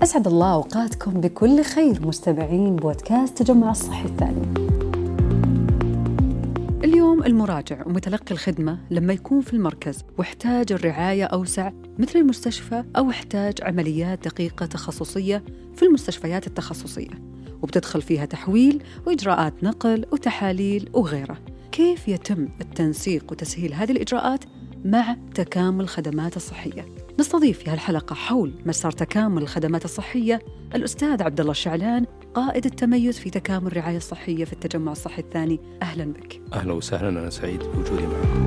أسعد الله أوقاتكم بكل خير مستمعين بودكاست تجمع الصحي الثاني. اليوم المراجع ومتلقي الخدمة لما يكون في المركز واحتاج الرعاية أوسع مثل المستشفى أو احتاج عمليات دقيقة تخصصية في المستشفيات التخصصية وبتدخل فيها تحويل وإجراءات نقل وتحاليل وغيره، كيف يتم التنسيق وتسهيل هذه الإجراءات مع تكامل الخدمات الصحية؟ نستضيف في هالحلقة حول مسار تكامل الخدمات الصحية الأستاذ عبد الله الشعلان، قائد التميز في تكامل الرعاية الصحية في التجمع الصحي الثاني. أهلا بك. أهلا وسهلا، أنا سعيد بوجودي معكم.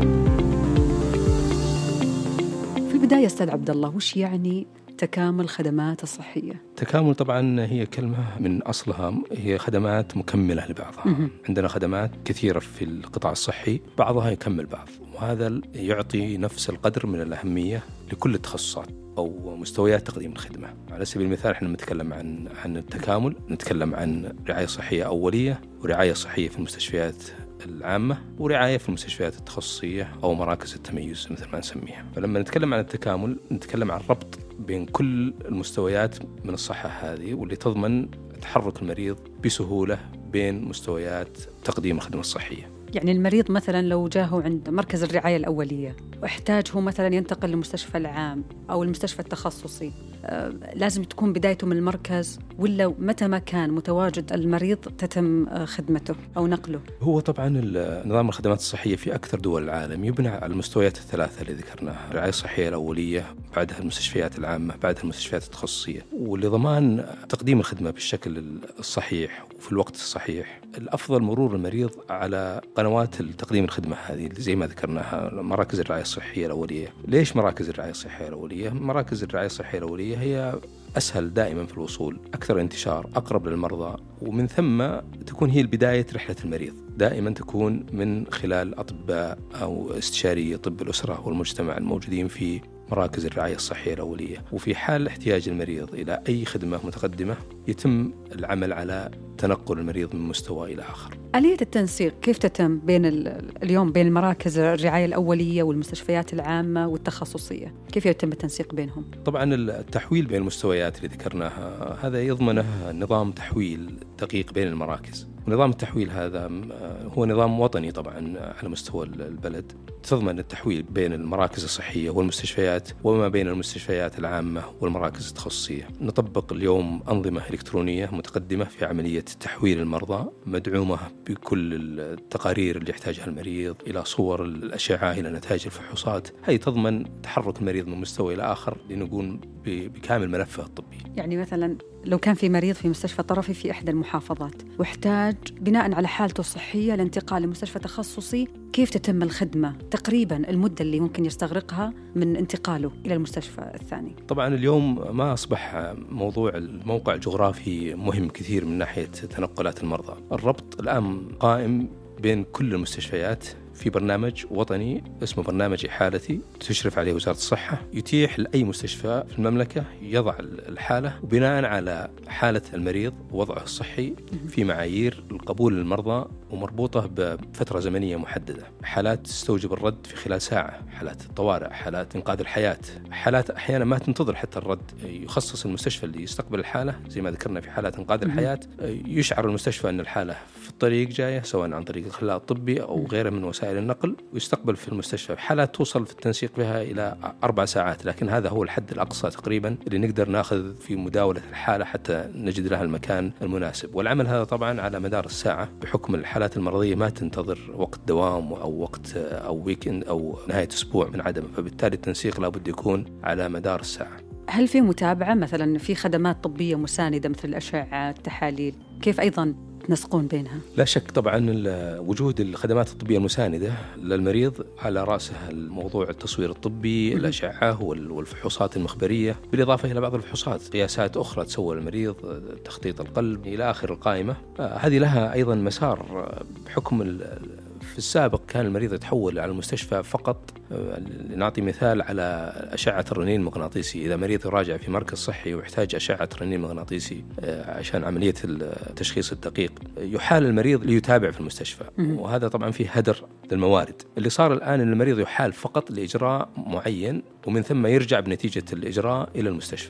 في البداية أستاذ عبد الله، وش يعني تكامل الخدمات الصحية؟ تكامل طبعا هي كلمة من أصلها هي خدمات مكملة لبعضها. عندنا خدمات كثيرة في القطاع الصحي، بعضها يكمل بعض، وهذا يعطي نفس القدر من الأهمية لكل التخصصات أو مستويات تقديم الخدمة. على سبيل المثال احنا نتكلم عن التكامل، نتكلم عن رعاية صحية أولية ورعاية صحية في المستشفيات العامة ورعاية في المستشفيات التخصصية أو مراكز التميز مثل ما نسميها. فلما نتكلم عن التكامل نتكلم عن ربط بين كل المستويات من الصحة هذه، واللي تضمن تحرك المريض بسهولة بين مستويات تقديم الخدمة الصحية. يعني المريض مثلا لو جاءه عند مركز الرعاية الأولية واحتاج هو مثلا ينتقل للمستشفى العام أو المستشفى التخصصي، لازم تكون بدايته من المركز، ولا متى ما كان متواجد المريض تتم خدمته أو نقله؟ هو طبعا نظام الخدمات الصحية في أكثر دول العالم يبنى على المستويات الثلاثة اللي ذكرناها: الرعاية الصحية الأولية، بعدها المستشفيات العامة، بعدها المستشفيات التخصصية. ولضمان تقديم الخدمة بالشكل الصحيح وفي الوقت الصحيح، الأفضل مرور المريض على قنوات تقديم الخدمة هذه زي ما ذكرناها: مراكز الرعاية الصحية الأولية. ليش مراكز الرعاية الصحية الأولية؟ مراكز الرعاية الصحية الأولية هي أسهل دائما في الوصول، أكثر انتشار، أقرب للمرضى، ومن ثم تكون هي بداية رحلة المريض. دائما تكون من خلال أطباء أو استشاري طب الأسرة والمجتمع الموجودين في مراكز الرعاية الصحية الأولية. وفي حال احتياج المريض إلى أي خدمة متقدمة يتم العمل على تنقل المريض من مستوى إلى آخر. آلية التنسيق كيف تتم اليوم بين المراكز الرعاية الأولية والمستشفيات العامة والتخصصية؟ كيف يتم التنسيق بينهم؟ طبعا التحويل بين المستويات اللي ذكرناها هذا يضمنه نظام تحويل دقيق بين المراكز. ونظام التحويل هذا هو نظام وطني طبعا على مستوى البلد، تضمن التحويل بين المراكز الصحية والمستشفيات وما بين المستشفيات العامة والمراكز التخصصية. نطبق اليوم أنظمة إلكترونية متقدمة في عملية تحويل المرضى، مدعومة بكل التقارير اللي يحتاجها المريض، إلى صور الأشعة، إلى نتائج الفحوصات. هي تضمن تحرك المريض من مستوى إلى آخر لنقوم بكامل ملفه الطبي. يعني مثلا لو كان في مريض في مستشفى طرفي في إحدى المحافظات واحتاج بناء على حالته الصحية الانتقال لمستشفى تخصصي، كيف تتم الخدمة؟ تقريبا المدة اللي ممكن يستغرقها من انتقاله إلى المستشفى الثاني. طبعا اليوم ما أصبح موضوع الموقع الجغرافي مهم كثير من ناحية تنقلات المرضى. الربط الآن قائم بين كل المستشفيات في برنامج وطني اسمه برنامج إحالتي تشرف عليه وزارة الصحة، يتيح لأي مستشفى في المملكة يضع الحالة وبناء على حالة المريض ووضعه الصحي في معايير القبول للمرضى ومربوطة بفترة زمنية محددة. حالات تستوجب الرد في خلال ساعة، حالات الطوارئ، حالات إنقاذ الحياة، حالات أحيانا ما تنتظر حتى الرد. يخصص المستشفى اللي يستقبل الحالة زي ما ذكرنا في حالات إنقاذ الحياة، يشعر المستشفى أن الحالة في الطريق جاية سواء عن طريق الخلاء الطبي أو غيره من وسائل النقل، ويستقبل في المستشفى. حالات توصل في التنسيق بها إلى 4 ساعات، لكن هذا هو الحد الأقصى تقريبا اللي نقدر ناخذ في مداولة الحالة حتى نجد لها المكان المناسب. والعمل هذا طبعا على مدار الساعة، بحكم الحالات المرضية ما تنتظر وقت دوام أو وقت أو ويكند أو نهاية أسبوع من عدم، فبالتالي التنسيق لابد يكون على مدار الساعة. هل في متابعة مثلا في خدمات طبية مساندة مثل الأشعة، التحاليل، كيف أيضا تنسقون بينها؟ لا شك طبعا وجود الخدمات الطبية المساندة للمريض على رأسها الموضوع التصوير الطبي، الأشعة والفحوصات المخبرية، بالإضافة إلى بعض الفحوصات، قياسات أخرى تسوى المريض، تخطيط القلب إلى آخر القائمة. هذه لها أيضا مسار بحكم في السابق كان المريض يتحول على المستشفى فقط. نعطي مثال على أشعة الرنين المغناطيسي. إذا مريض يراجع في مركز صحي ويحتاج أشعة رنين مغناطيسي عشان عملية التشخيص الدقيق، يحال المريض ليتابع في المستشفى، وهذا طبعا فيه هدر للموارد. اللي صار الآن أن المريض يحال فقط لإجراء معين ومن ثم يرجع بنتيجة الإجراء إلى المستشفى.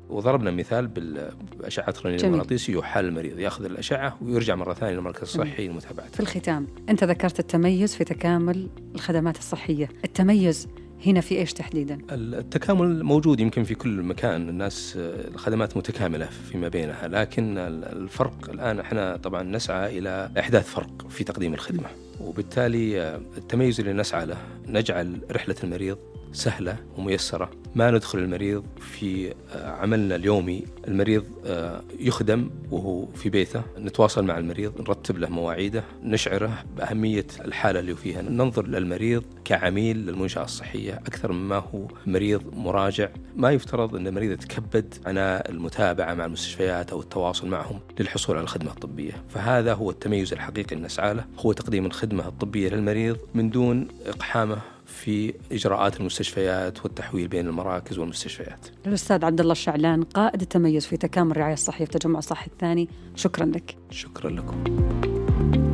وضربنا مثال بالأشعة الرنين المغناطيسي، يحال المريض يأخذ الأشعة ويرجع مرة ثانية للمركز الصحي لمتابعته. في الختام، أنت ذكرت التميز في تكامل الخدمات الصحية، التميز هنا في إيش تحديدا؟ التكامل موجود يمكن في كل مكان، الناس الخدمات متكاملة فيما بينها، لكن الفرق الآن احنا طبعا نسعى إلى إحداث فرق في تقديم الخدمة، وبالتالي التميز اللي نسعى له نجعل رحلة المريض سهلة وميسرة، ما ندخل المريض في عملنا اليومي. المريض يخدم وهو في بيته، نتواصل مع المريض، نرتب له مواعيده، نشعره بأهمية الحالة اللي فيها، ننظر للمريض كعميل للمنشأة الصحية أكثر مما هو مريض مراجع. ما يفترض أن المريض يتكبد عناء المتابعة مع المستشفيات أو التواصل معهم للحصول على الخدمة الطبية. فهذا هو التميز الحقيقي اللي نسعى له، هو تقديم الخدمة الطبية للمريض من دون إقحامه في إجراءات المستشفيات والتحويل بين المراكز والمستشفيات. الأستاذ عبد الله الشعلان، قائد التميز في تكامل الرعاية الصحية في تجمع الصحي الثاني، شكرا لك. شكرا لكم.